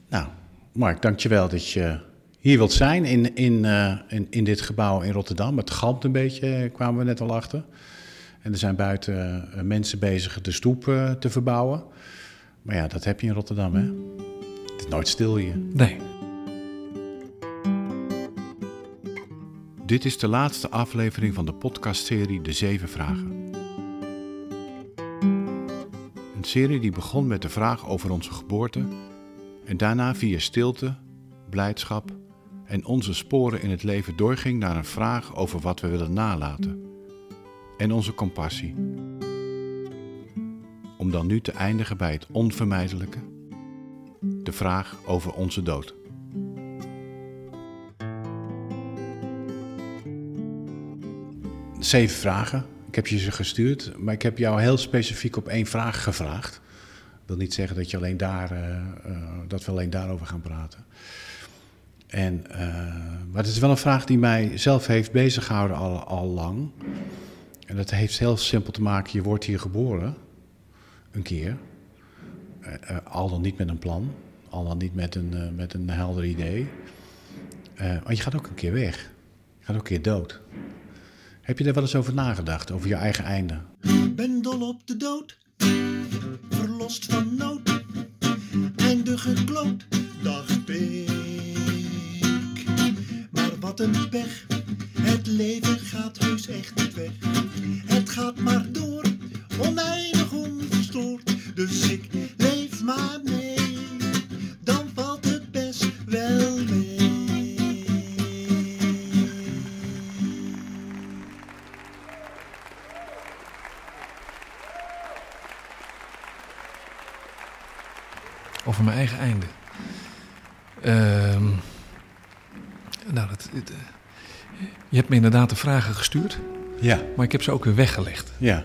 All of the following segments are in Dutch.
Nou, Mark, dankjewel dat je hier wilt zijn in dit gebouw in Rotterdam. Het galmt een beetje, kwamen we net al achter. En er zijn buiten mensen bezig de stoep te verbouwen. Maar ja, dat heb je in Rotterdam, hè? Het is nooit stil hier. Nee. Dit is de laatste aflevering van de podcastserie De 7 Vragen. Een serie die begon met de vraag over onze geboorte en daarna via stilte, blijdschap en onze sporen in het leven doorging naar een vraag over wat we willen nalaten en onze compassie. Om dan nu te eindigen bij het onvermijdelijke, de vraag over onze dood. Zeven vragen. Ik heb je ze gestuurd, maar ik heb jou heel specifiek op 1 vraag gevraagd. Dat wil niet zeggen dat, dat we alleen daarover gaan praten. Maar het is wel een vraag die mij zelf heeft beziggehouden al lang. En dat heeft heel simpel te maken, je wordt hier geboren, een keer. Al dan niet met een plan, al dan niet met een helder idee. Maar je gaat ook een keer weg. Je gaat ook een keer dood. Heb je daar wel eens over nagedacht, over je eigen einde? Ben dol op de dood, verlost van nood, einde gekloot, dacht ik. Maar wat een pech, het leven gaat heus echt niet weg. Het gaat maar door, oneindig onverstoord. Dus ik leef maar mee, dan valt het best wel mee. Over mijn eigen einde. Je hebt me inderdaad de vragen gestuurd. Ja. Maar ik heb ze ook weer weggelegd. Ja.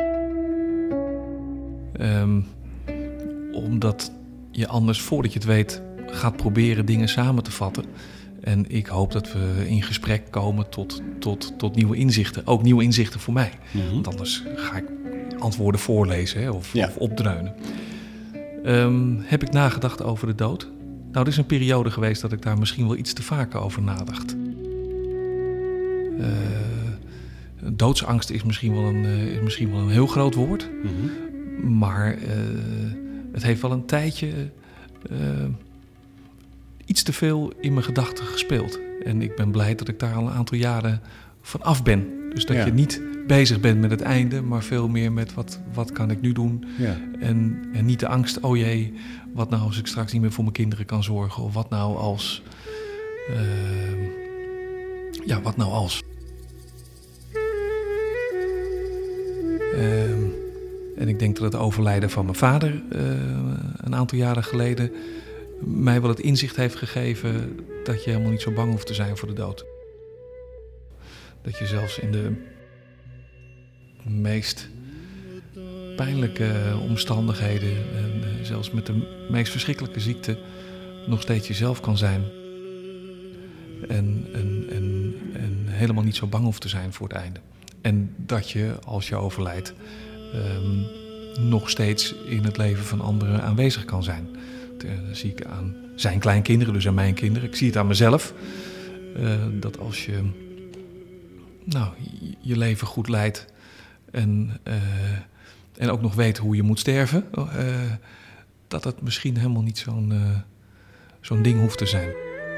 Omdat je anders, voordat je het weet, gaat proberen dingen samen te vatten. En ik hoop dat we in gesprek komen tot nieuwe inzichten. Ook nieuwe inzichten voor mij. Mm-hmm. Want anders ga ik antwoorden voorlezen of opdreunen. Heb ik nagedacht over de dood? Nou, er is een periode geweest dat ik daar misschien wel iets te vaak over nadacht. Doodsangst is misschien wel een heel groot woord. Mm-hmm. Maar het heeft wel een tijdje iets te veel in mijn gedachten gespeeld. En ik ben blij dat ik daar al een aantal jaren van af ben. Dus dat je niet bezig bent met het einde, maar veel meer met wat kan ik nu doen. Ja. En niet de angst, oh jee, wat nou als ik straks niet meer voor mijn kinderen kan zorgen? Of wat nou als... wat nou als... En ik denk dat het overlijden van mijn vader een aantal jaren geleden mij wel het inzicht heeft gegeven dat je helemaal niet zo bang hoeft te zijn voor de dood. Dat je zelfs in de meest pijnlijke omstandigheden en zelfs met de meest verschrikkelijke ziekte nog steeds jezelf kan zijn. En helemaal niet zo bang hoeft te zijn voor het einde. En dat je, als je overlijdt, nog steeds in het leven van anderen aanwezig kan zijn. Dat zie ik aan zijn kleinkinderen, dus aan mijn kinderen. Ik zie het aan mezelf. Dat als je je leven goed leidt en ook nog weet hoe je moet sterven, dat het misschien helemaal niet zo'n ding hoeft te zijn.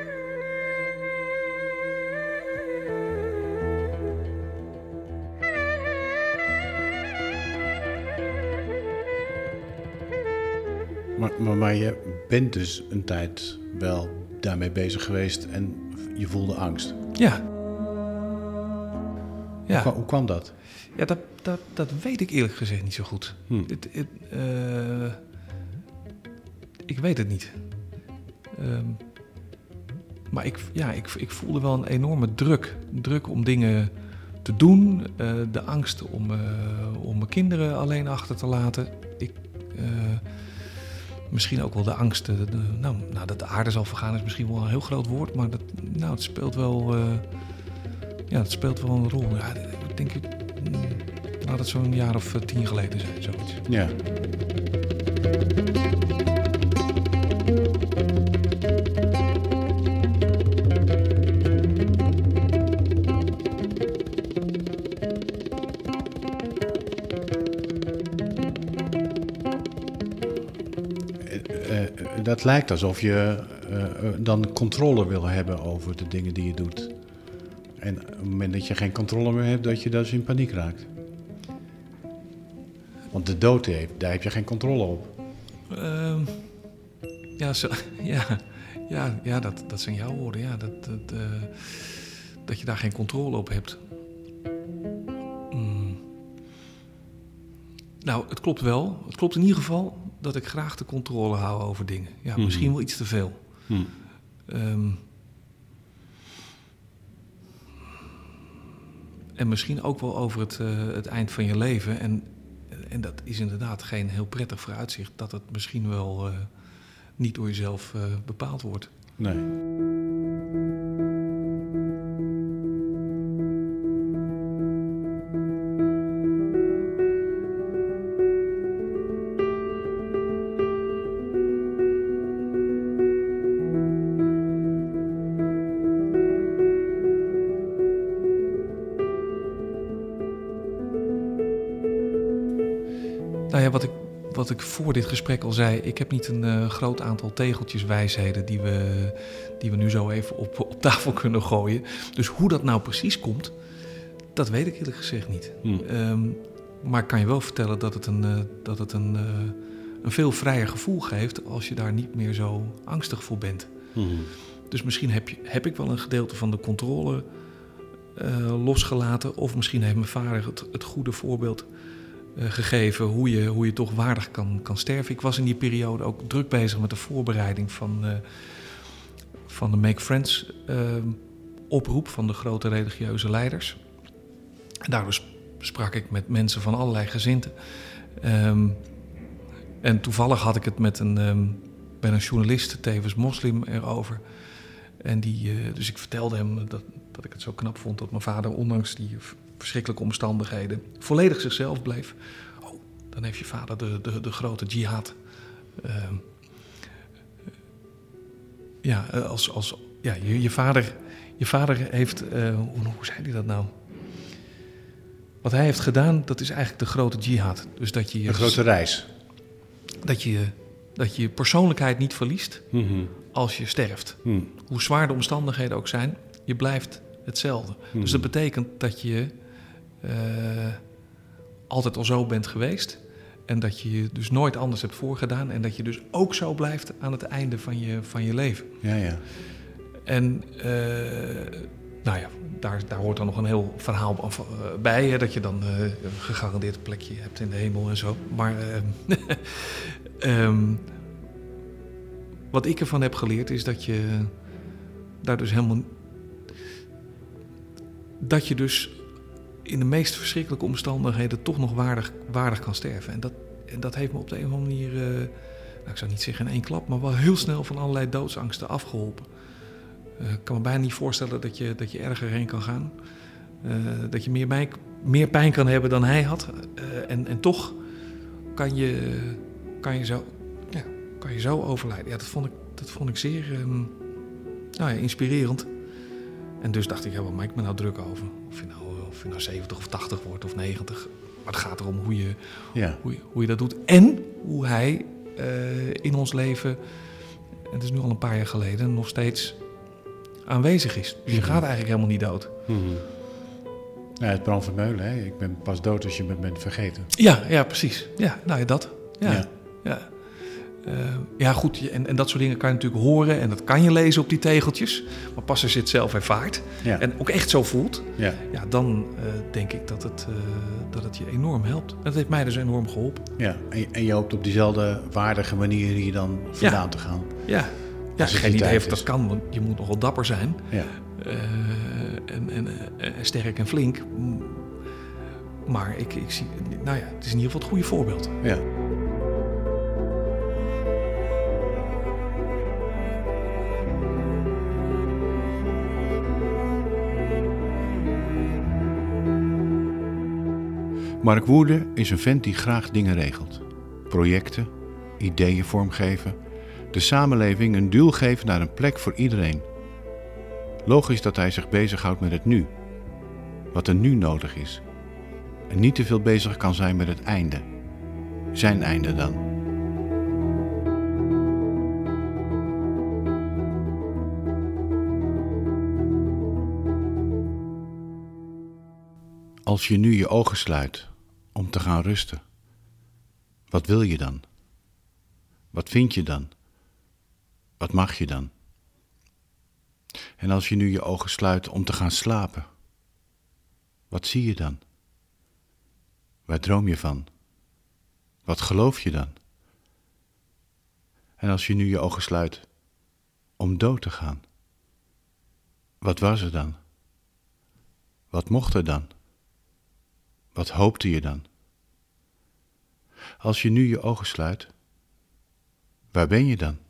Maar je bent dus een tijd wel daarmee bezig geweest en je voelde angst. Ja. Hoe kwam dat? Ja, dat weet ik eerlijk gezegd niet zo goed. Ik weet het niet. Maar ik voelde wel een enorme druk om dingen te doen. De angst om mijn kinderen alleen achter te laten. Misschien ook wel de angst. Dat de aarde zal vergaan is misschien wel een heel groot woord. Maar het speelt wel... het speelt wel een rol. Ja, ik denk... Laat het zo'n jaar of 10 geleden zijn, zoiets. Ja. dat lijkt alsof je dan controle wil hebben over de dingen die je doet. En op het moment dat je geen controle meer hebt, dat je dus in paniek raakt. Want de dood daar heb je geen controle op. Dat zijn jouw woorden. Ja, dat je daar geen controle op hebt. Nou, het klopt wel. Het klopt in ieder geval dat ik graag de controle hou over dingen. Ja, misschien wel iets te veel. En misschien ook wel over het eind van je leven. En dat is inderdaad geen heel prettig vooruitzicht. Dat het misschien wel niet door jezelf bepaald wordt. Nee. Nou ja, wat ik voor dit gesprek al zei, ik heb niet een groot aantal tegeltjes wijsheden die we nu zo even op tafel kunnen gooien. Dus hoe dat nou precies komt, dat weet ik eerlijk gezegd niet. Maar ik kan je wel vertellen dat het een veel vrijer gevoel geeft als je daar niet meer zo angstig voor bent. Dus misschien heb ik wel een gedeelte van de controle losgelaten, of misschien heeft mijn vader het goede voorbeeld gegeven hoe je toch waardig kan sterven. Ik was in die periode ook druk bezig met de voorbereiding van de Make Friends oproep van de grote religieuze leiders. En daardoor sprak ik met mensen van allerlei gezindten. En toevallig had ik het met een journalist, tevens moslim, erover. En dus ik vertelde hem dat ik het zo knap vond dat mijn vader, ondanks die verschrikkelijke omstandigheden, volledig zichzelf bleef. Oh, dan heeft je vader de grote jihad. Je vader heeft, hoe zei hij dat nou? Wat hij heeft gedaan, dat is eigenlijk de grote jihad. Dus dat je een grote reis. Dat je persoonlijkheid niet verliest als je sterft. Hoe zwaar de omstandigheden ook zijn, je blijft hetzelfde. Dus dat betekent dat je altijd al zo bent geweest. En dat je je dus nooit anders hebt voorgedaan. En dat je dus ook zo blijft aan het einde van je leven. Ja. En daar hoort dan nog een heel verhaal bij. Hè, dat je dan een gegarandeerd plekje hebt in de hemel en zo. Maar wat ik ervan heb geleerd is dat je daar dus helemaal... Dat je dus in de meest verschrikkelijke omstandigheden toch nog waardig kan sterven. En dat heeft me op de een of andere manier, ik zou niet zeggen in één klap, maar wel heel snel van allerlei doodsangsten afgeholpen. Ik kan me bijna niet voorstellen dat je erger heen kan gaan. Dat je meer pijn kan hebben dan hij had. En toch kan je zo overlijden. Ja, dat vond ik zeer inspirerend. En dus dacht ik, waar maak ik me nou druk over? Of je nou 70 of 80 wordt of 90. Maar het gaat erom hoe je dat doet. En hoe hij in ons leven, en het is nu al een paar jaar geleden, nog steeds aanwezig is. Dus je gaat eigenlijk helemaal niet dood. Ja, het Bram Vermeulen, hè? Ik ben pas dood als je me bent vergeten. Ja, precies. Ja, nou ja, dat. Ja, goed, en dat soort dingen kan je natuurlijk horen en dat kan je lezen op die tegeltjes. Maar pas als je het zelf ervaart en ook echt zo voelt, dan denk ik dat het je enorm helpt. Dat heeft mij dus enorm geholpen. Ja, en je hoopt op diezelfde waardige manier hier dan vandaan te gaan. Ja, geen idee of dat kan, want je moet nogal dapper zijn. Ja. En sterk en flink. Maar ik zie, het is in ieder geval het goede voorbeeld. Ja. Mark Woerden is een vent die graag dingen regelt. Projecten, ideeën vormgeven, de samenleving een duw geven naar een plek voor iedereen. Logisch dat hij zich bezighoudt met het nu. Wat er nu nodig is. En niet te veel bezig kan zijn met het einde. Zijn einde dan. Als je nu je ogen sluit om te gaan rusten, wat wil je dan? Wat vind je dan? Wat mag je dan? En als je nu je ogen sluit om te gaan slapen, wat zie je dan? Waar droom je van? Wat geloof je dan? En als je nu je ogen sluit om dood te gaan, wat was er dan? Wat mocht er dan? Wat hoopte je dan? Als je nu je ogen sluit, waar ben je dan?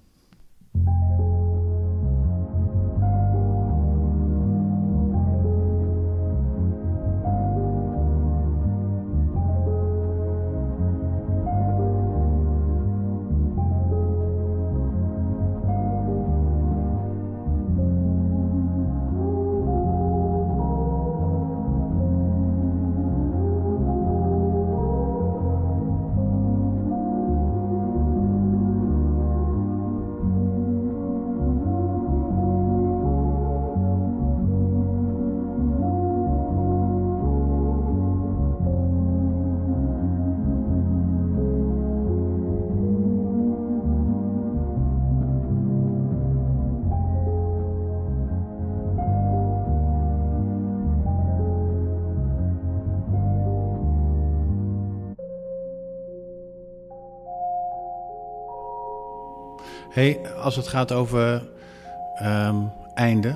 Hey, als het gaat over einde,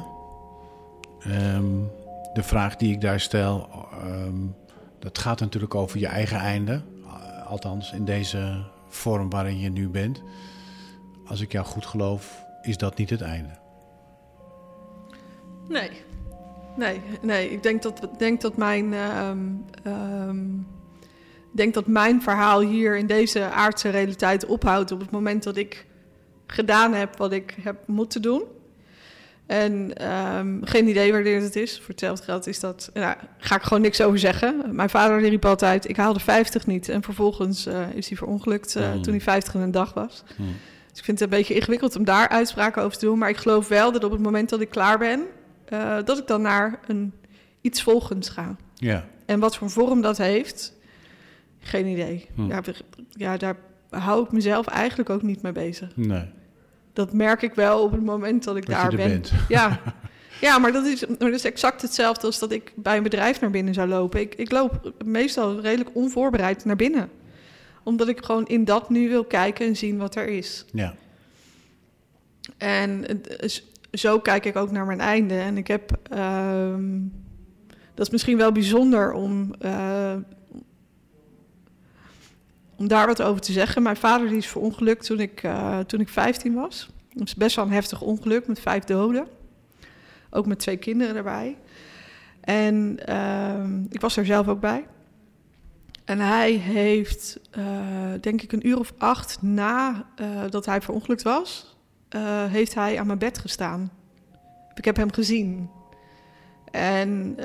de vraag die ik daar stel, dat gaat natuurlijk over je eigen einde. Althans, in deze vorm waarin je nu bent. Als ik jou goed geloof, is dat niet het einde. Nee. Ik denk dat mijn verhaal hier in deze aardse realiteit ophoudt op het moment dat ik gedaan heb wat ik heb moeten doen. En geen idee wanneer het is. Voor hetzelfde geld is dat... Nou, ga ik gewoon niks over zeggen. Mijn vader die riep altijd, ik haalde 50 niet. En vervolgens is hij verongelukt toen hij 50 en een dag was. Dus ik vind het een beetje ingewikkeld om daar uitspraken over te doen. Maar ik geloof wel dat op het moment dat ik klaar ben, dat ik dan naar iets volgends ga. Ja. En wat voor vorm dat heeft, geen idee. Daar hou ik mezelf eigenlijk ook niet mee bezig. Nee. Dat merk ik wel op het moment dat ik daar ben. Bent. Ja, maar dat is exact hetzelfde als dat ik bij een bedrijf naar binnen zou lopen. Ik loop meestal redelijk onvoorbereid naar binnen. Omdat ik gewoon in dat nu wil kijken en zien wat er is. Ja. En zo kijk ik ook naar mijn einde. En ik heb... dat is misschien wel bijzonder om daar wat over te zeggen. Mijn vader die is verongelukt toen ik 15 was. Dat is best wel een heftig ongeluk met 5 doden. Ook met 2 kinderen erbij. En ik was er zelf ook bij. En hij heeft, denk ik 1 uur of 8 na dat hij verongelukt was, heeft hij aan mijn bed gestaan. Ik heb hem gezien. En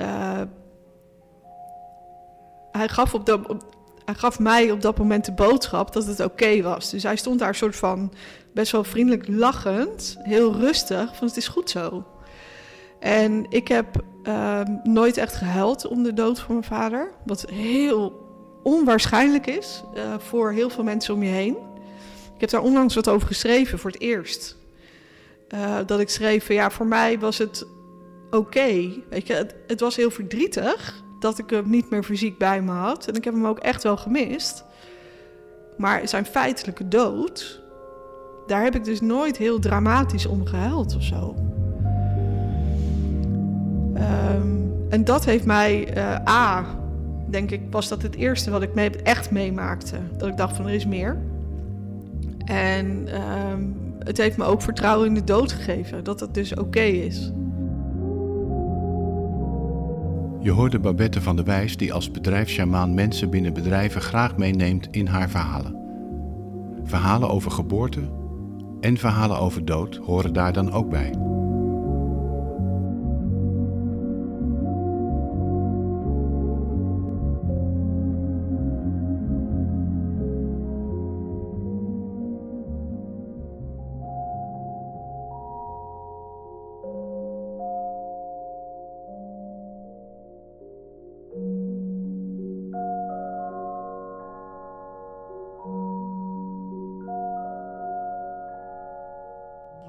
hij gaf mij op dat moment de boodschap dat het oké was. Dus hij stond daar soort van best wel vriendelijk lachend, heel rustig, van het is goed zo. En ik heb nooit echt gehuild om de dood van mijn vader, wat heel onwaarschijnlijk is voor heel veel mensen om je heen. Ik heb daar onlangs wat over geschreven voor het eerst. Dat ik schreef van ja, voor mij was het oké. Weet je, het was heel verdrietig dat ik hem niet meer fysiek bij me had. En ik heb hem ook echt wel gemist. Maar zijn feitelijke dood, daar heb ik dus nooit heel dramatisch om gehuild of zo. En dat heeft mij, denk ik, was dat het eerste wat ik echt meemaakte. Dat ik dacht van er is meer. En het heeft me ook vertrouwen in de dood gegeven. Dat het dus oké is. Je hoorde Babette van der Wijs die als bedrijfssjamaan mensen binnen bedrijven graag meeneemt in haar verhalen. Verhalen over geboorte en verhalen over dood horen daar dan ook bij.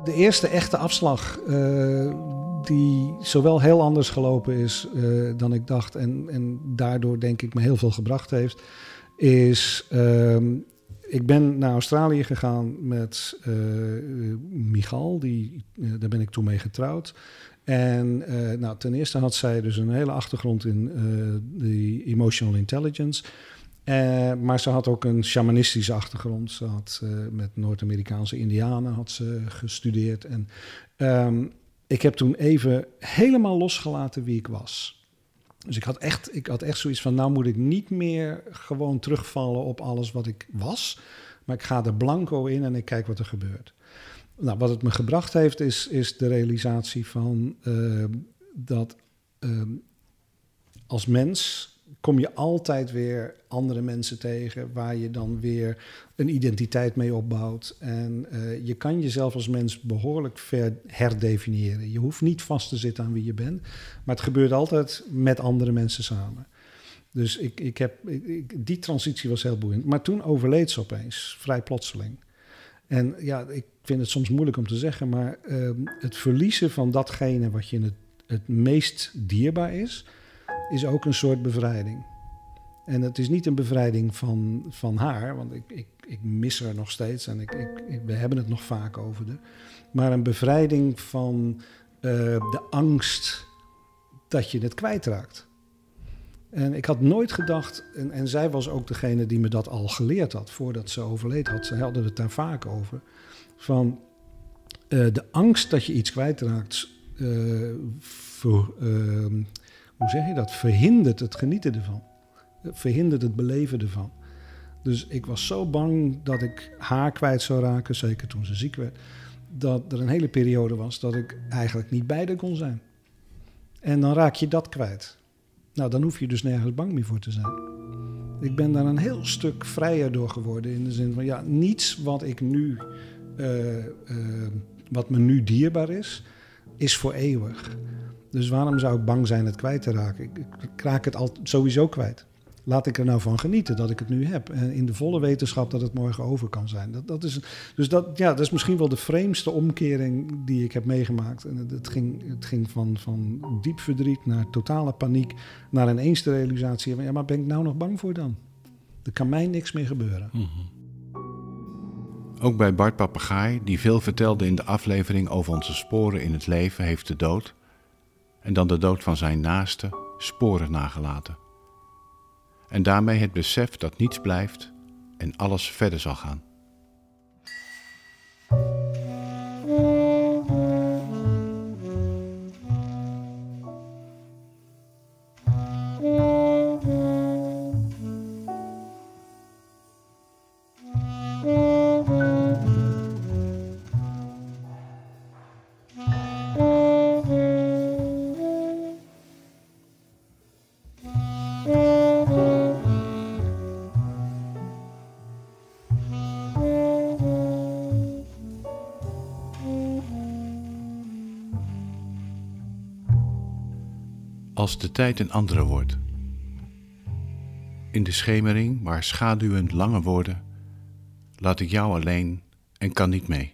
De eerste echte afslag die zowel heel anders gelopen is dan ik dacht en daardoor denk ik me heel veel gebracht heeft, is ik ben naar Australië gegaan met Michal, daar ben ik toen mee getrouwd. En ten eerste had zij dus een hele achtergrond in de emotional intelligence. Maar ze had ook een shamanistische achtergrond. Ze had met Noord-Amerikaanse indianen had ze gestudeerd. En ik heb toen even helemaal losgelaten wie ik was. Dus ik had echt zoiets van, nou moet ik niet meer gewoon terugvallen op alles wat ik was. Maar ik ga er blanco in en ik kijk wat er gebeurt. Nou, wat het me gebracht heeft is de realisatie van dat als mens kom je altijd weer andere mensen tegen waar je dan weer een identiteit mee opbouwt. En je kan jezelf als mens behoorlijk herdefiniëren. Je hoeft niet vast te zitten aan wie je bent, maar het gebeurt altijd met andere mensen samen. Dus die transitie was heel boeiend. Maar toen overleed ze opeens, vrij plotseling. En ja, ik vind het soms moeilijk om te zeggen, maar het verliezen van datgene wat je het meest dierbaar is ook een soort bevrijding. En het is niet een bevrijding van haar, want ik mis haar nog steeds en we hebben het nog vaak over maar een bevrijding van de angst dat je het kwijtraakt. En ik had nooit gedacht, en zij was ook degene die me dat al geleerd had voordat ze overleed had. Ze hadden het daar vaak over. Van de angst dat je iets kwijtraakt, hoe zeg je dat? Verhindert het genieten ervan. Verhindert het beleven ervan. Dus ik was zo bang dat ik haar kwijt zou raken, zeker toen ze ziek werd, dat er een hele periode was dat ik eigenlijk niet bij haar kon zijn. En dan raak je dat kwijt. Nou, dan hoef je dus nergens bang meer voor te zijn. Ik ben daar een heel stuk vrijer door geworden. In de zin van, ja, niets wat ik nu, wat me nu dierbaar is voor eeuwig. Dus waarom zou ik bang zijn het kwijt te raken? Ik raak het sowieso kwijt. Laat ik er nou van genieten dat ik het nu heb. En in de volle wetenschap dat het morgen over kan zijn. Dat is misschien wel de vreemdste omkering die ik heb meegemaakt. En het ging van diep verdriet naar totale paniek. Naar ineens de realisatie van, ja, maar ben ik nou nog bang voor dan? Er kan mij niks meer gebeuren. Mm-hmm. Ook bij Bart Papegaai, die veel vertelde in de aflevering over onze sporen in het leven, heeft de dood, en dan de dood van zijn naaste, sporen nagelaten. En daarmee het besef dat niets blijft en alles verder zal gaan. Als de tijd een andere wordt. In de schemering, waar schaduwen langer worden, laat ik jou alleen en kan niet mee.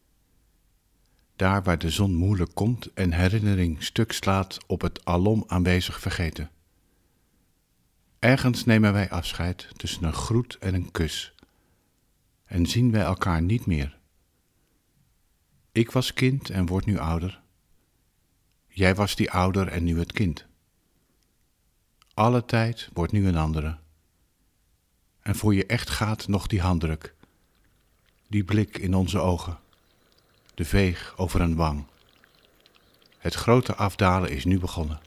Daar waar de zon moeilijk komt en herinnering stuk slaat op het alom aanwezig vergeten. Ergens nemen wij afscheid tussen een groet en een kus en zien wij elkaar niet meer. Ik was kind en word nu ouder. Jij was die ouder en nu het kind. Alle tijd wordt nu een andere. En voor je echt gaat nog die handdruk. Die blik in onze ogen. De veeg over een wang. Het grote afdalen is nu begonnen.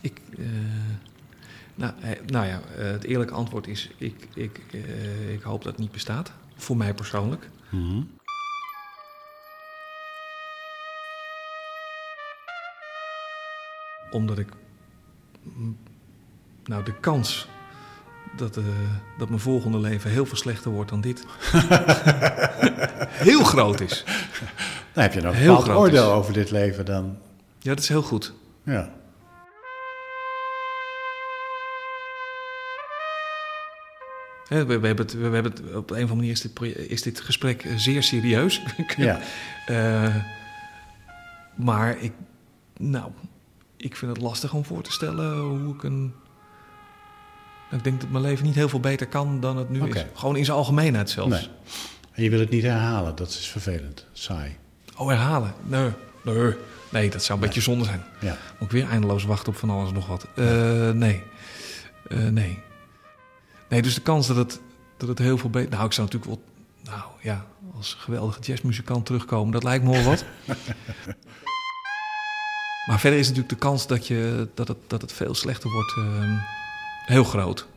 Het eerlijke antwoord is... Ik hoop dat het niet bestaat. Voor mij persoonlijk. Mm-hmm. Omdat ik... de kans dat mijn volgende leven heel veel slechter wordt dan dit... heel groot is. Dan heb je nog een bepaald oordeel over dit leven dan. Ja, dat is heel goed. Ja. We hebben het op een of andere manier is dit gesprek zeer serieus. Ja. Maar ik vind het lastig om voor te stellen hoe ik ik denk dat mijn leven niet heel veel beter kan dan het nu is. Gewoon in zijn algemeenheid zelfs. Nee. En je wil het niet herhalen, dat is vervelend. Saai. Oh, herhalen? Nee, dat zou een beetje zonde zijn. Ja. Moet ik weer eindeloos wachten op van alles en nog wat. Nee. Nee, dus de kans dat het heel veel beter... ik zou natuurlijk wel... als geweldige jazzmuzikant terugkomen, dat lijkt me wel wat. Maar verder is natuurlijk de kans dat het veel slechter wordt heel groot.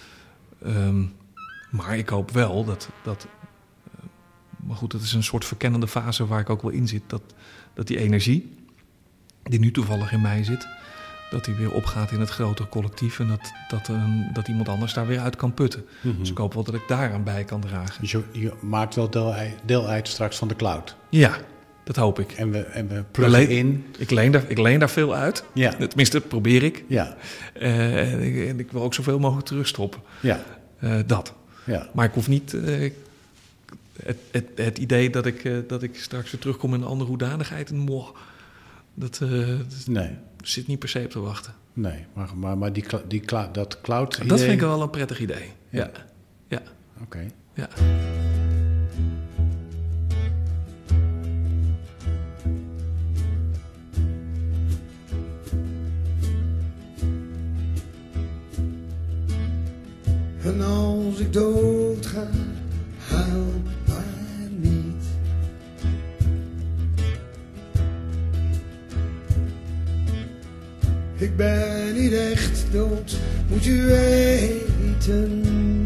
Maar ik hoop wel dat maar goed, het is een soort verkennende fase waar ik ook wel in zit. Dat die energie, die nu toevallig in mij zit... dat die weer opgaat in het grotere collectief... en dat iemand anders daar weer uit kan putten. Mm-hmm. Dus ik hoop wel dat ik daaraan bij kan dragen. Dus je maakt wel deel uit straks van de cloud? Ja, dat hoop ik. En we pluggen in... Ik leen daar veel uit. Ja. Tenminste, dat probeer ik. Ja. En ik wil ook zoveel mogelijk terugstoppen. Ja. Dat. Ja. Maar ik hoef niet... Het idee dat ik straks weer terugkom in een andere hoedanigheid... Dat zit niet per se op te wachten. Nee, maar dat cloud-idee... Dat vind ik wel een prettig idee. Ja. Oké. Ja. En als ik doodga, huil maar niet. Ik ben niet echt dood, moet je weten.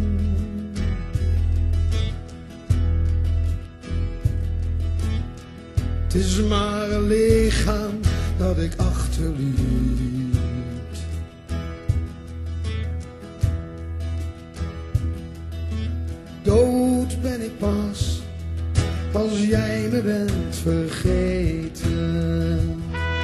Het is maar een lichaam dat ik achterliet. Dood ben ik pas, als jij me bent vergeten.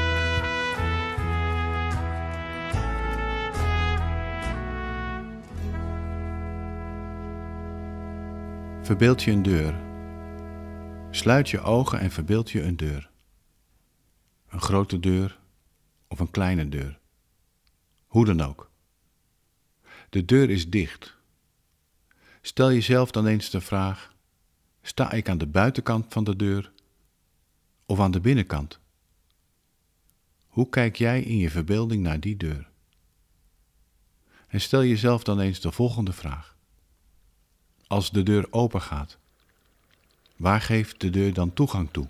Verbeeld je een deur. Sluit je ogen en verbeeld je een deur. Een grote deur of een kleine deur. Hoe dan ook. De deur is dicht. Stel jezelf dan eens de vraag: sta ik aan de buitenkant van de deur of aan de binnenkant? Hoe kijk jij in je verbeelding naar die deur? En stel jezelf dan eens de volgende vraag. Als de deur open gaat, waar geeft de deur dan toegang toe?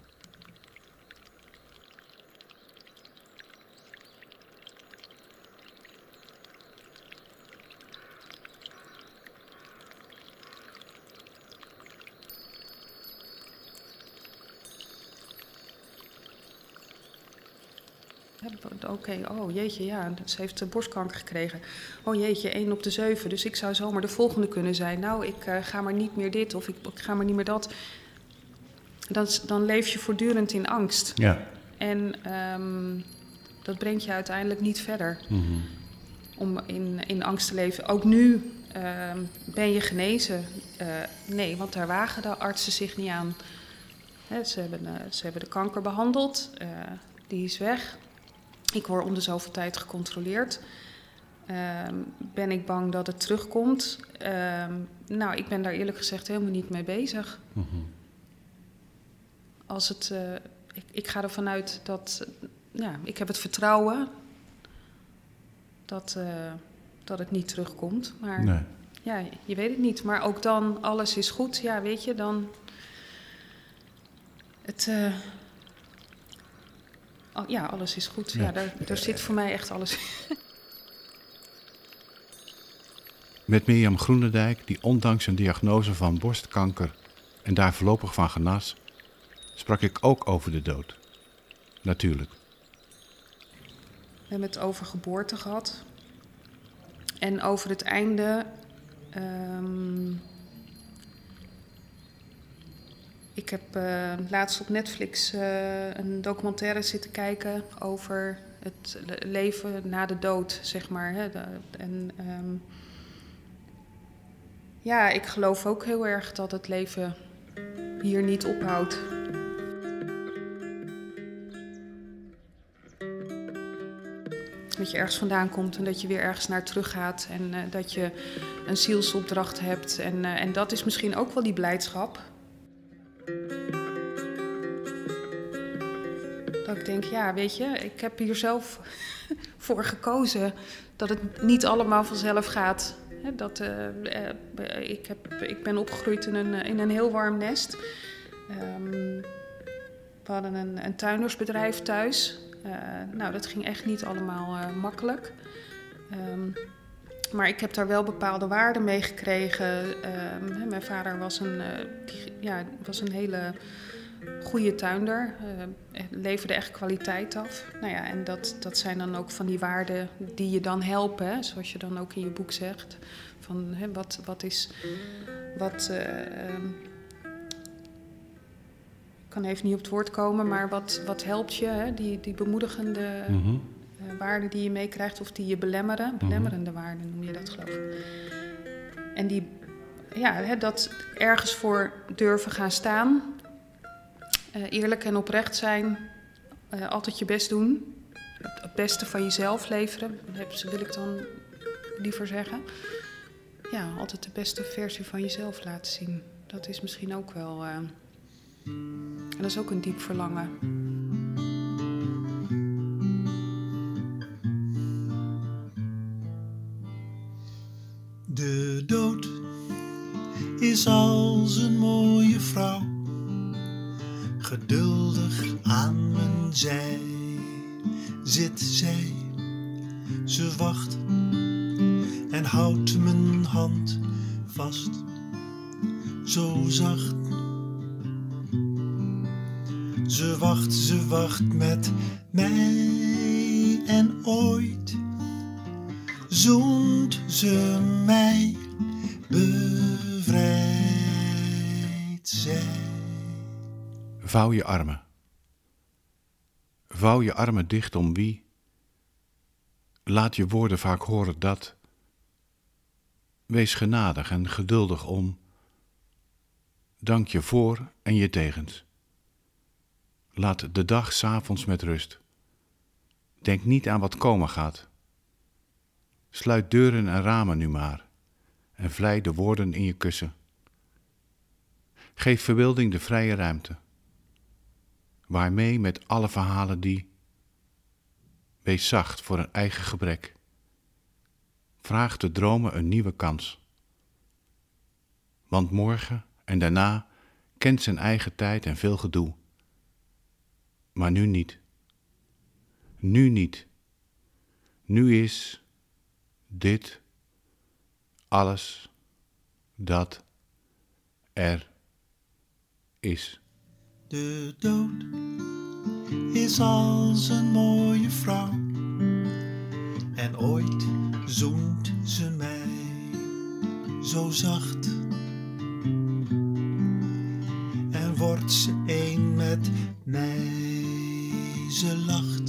Oké, oh jeetje, ja, ze heeft borstkanker gekregen. Oh jeetje, 1 op de 7, dus ik zou zomaar de volgende kunnen zijn. Nou, ik ga maar niet meer dit of ik ga maar niet meer dat. Dan leef je voortdurend in angst. Ja. En dat brengt je uiteindelijk niet verder. Mm-hmm. Om in angst te leven. Ook nu ben je genezen. Nee, want daar wagen de artsen zich niet aan. Ze hebben de kanker behandeld. Die is weg. Ik word om de zoveel tijd gecontroleerd. Ben ik bang dat het terugkomt? Ik ben daar eerlijk gezegd helemaal niet mee bezig. Mm-hmm. Ik ga ervan uit dat... ik heb het vertrouwen dat het niet terugkomt. Maar nee. Ja, je weet het niet. Maar ook dan, alles is goed. Ja, weet je, dan... alles is goed. Ja, daar zit voor mij echt alles in. Met Mirjam Groenendijk, die ondanks een diagnose van borstkanker en daar voorlopig van genas, sprak ik ook over de dood. Natuurlijk. We hebben het over geboorte gehad. En over het einde. Ik heb laatst op Netflix een documentaire zitten kijken over het leven na de dood, zeg maar. Hè. Ja, ik geloof ook heel erg dat het leven hier niet ophoudt. Dat je ergens vandaan komt en dat je weer ergens naar terug gaat. En dat je een zielsopdracht hebt. En dat is misschien ook wel die blijdschap. Dat ik denk, ja, weet je, ik heb hier zelf voor gekozen dat het niet allemaal vanzelf gaat. Ik ben opgegroeid in een heel warm nest. We hadden een tuindersbedrijf thuis. Dat ging echt niet allemaal makkelijk. Maar ik heb daar wel bepaalde waarden mee gekregen. Mijn vader was een hele goede tuinder. Leverde echt kwaliteit af. En dat zijn dan ook van die waarden die je dan helpen. Hè, zoals je dan ook in je boek zegt. Van, ik kan even niet op het woord komen, maar wat helpt je? Hè? Die bemoedigende waarden die je meekrijgt of die je belemmeren. Belemmerende waarden noem je dat, geloof ik. En dat ergens voor durven gaan staan. Eerlijk en oprecht zijn. Altijd je best doen. Het beste van jezelf leveren, wil ik dan liever zeggen. Ja, altijd de beste versie van jezelf laten zien. Dat is misschien ook wel... En dat is ook een diep verlangen. De dood is als een mooie vrouw, geduldig aan mijn zij zit zij. Ze wacht en houdt mijn hand vast, zo zacht. Ze wacht met mij en ooit zoent ze mij, bevrijdt zij. Vouw je armen. Vouw je armen dicht om wie. Laat je woorden vaak horen dat. Wees genadig en geduldig om. Dank je voor en je tegens. Laat de dag 's avonds met rust. Denk niet aan wat komen gaat. Sluit deuren en ramen nu maar en vlei de woorden in je kussen. Geef verbeelding de vrije ruimte. Waarmee met alle verhalen die. Wees zacht voor een eigen gebrek. Vraag de dromen een nieuwe kans. Want morgen en daarna kent zijn eigen tijd en veel gedoe. Maar nu niet. Nu niet. Nu is dit alles dat er is. De dood is als een mooie vrouw en ooit zoent ze mij zo zacht en wordt ze één met mij. Ze lacht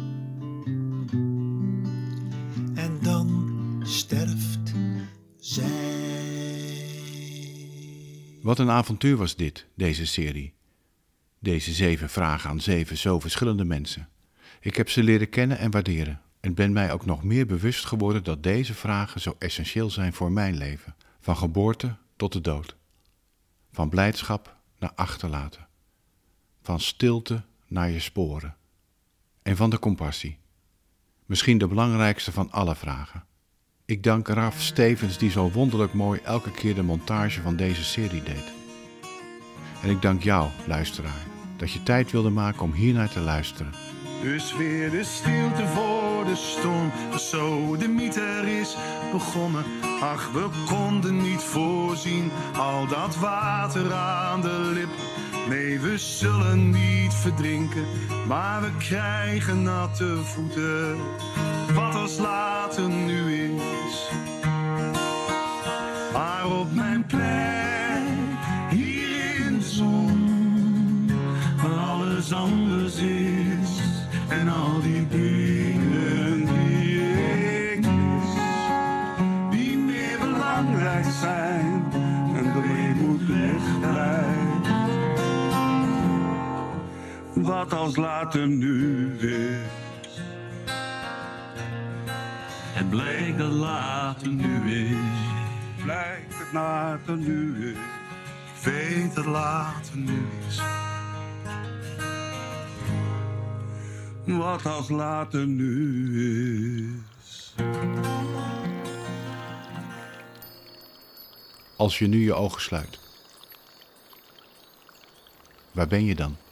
en dan sterft zij. Wat een avontuur was dit, deze serie. Deze 7 vragen aan 7 zo verschillende mensen. Ik heb ze leren kennen en waarderen en ben mij ook nog meer bewust geworden dat deze vragen zo essentieel zijn voor mijn leven. Van geboorte tot de dood. Van blijdschap naar achterlaten. Van stilte naar je sporen. En van de compassie. Misschien de belangrijkste van alle vragen. Ik dank Raf Stevens die zo wonderlijk mooi elke keer de montage van deze serie deed. En ik dank jou, luisteraar, dat je tijd wilde maken om hiernaar te luisteren. Dus weer de stilte vol door de storm. De sodemieter is begonnen. Ach, we konden niet voorzien. Al dat water aan de lip. Nee, we zullen niet verdrinken. Maar we krijgen natte voeten. Wat als later nu is. Maar op mijn plek, hier in de zon, waar alles anders is. En al die dingen die ik mis, die meer belangrijk zijn en de moet wegblijven. Wat als later nu is. Het blijkt dat later nu is. Blijkt het later nu is. Ik weet dat later nu is. Wat als later nu is. Als je nu je ogen sluit, waar ben je dan?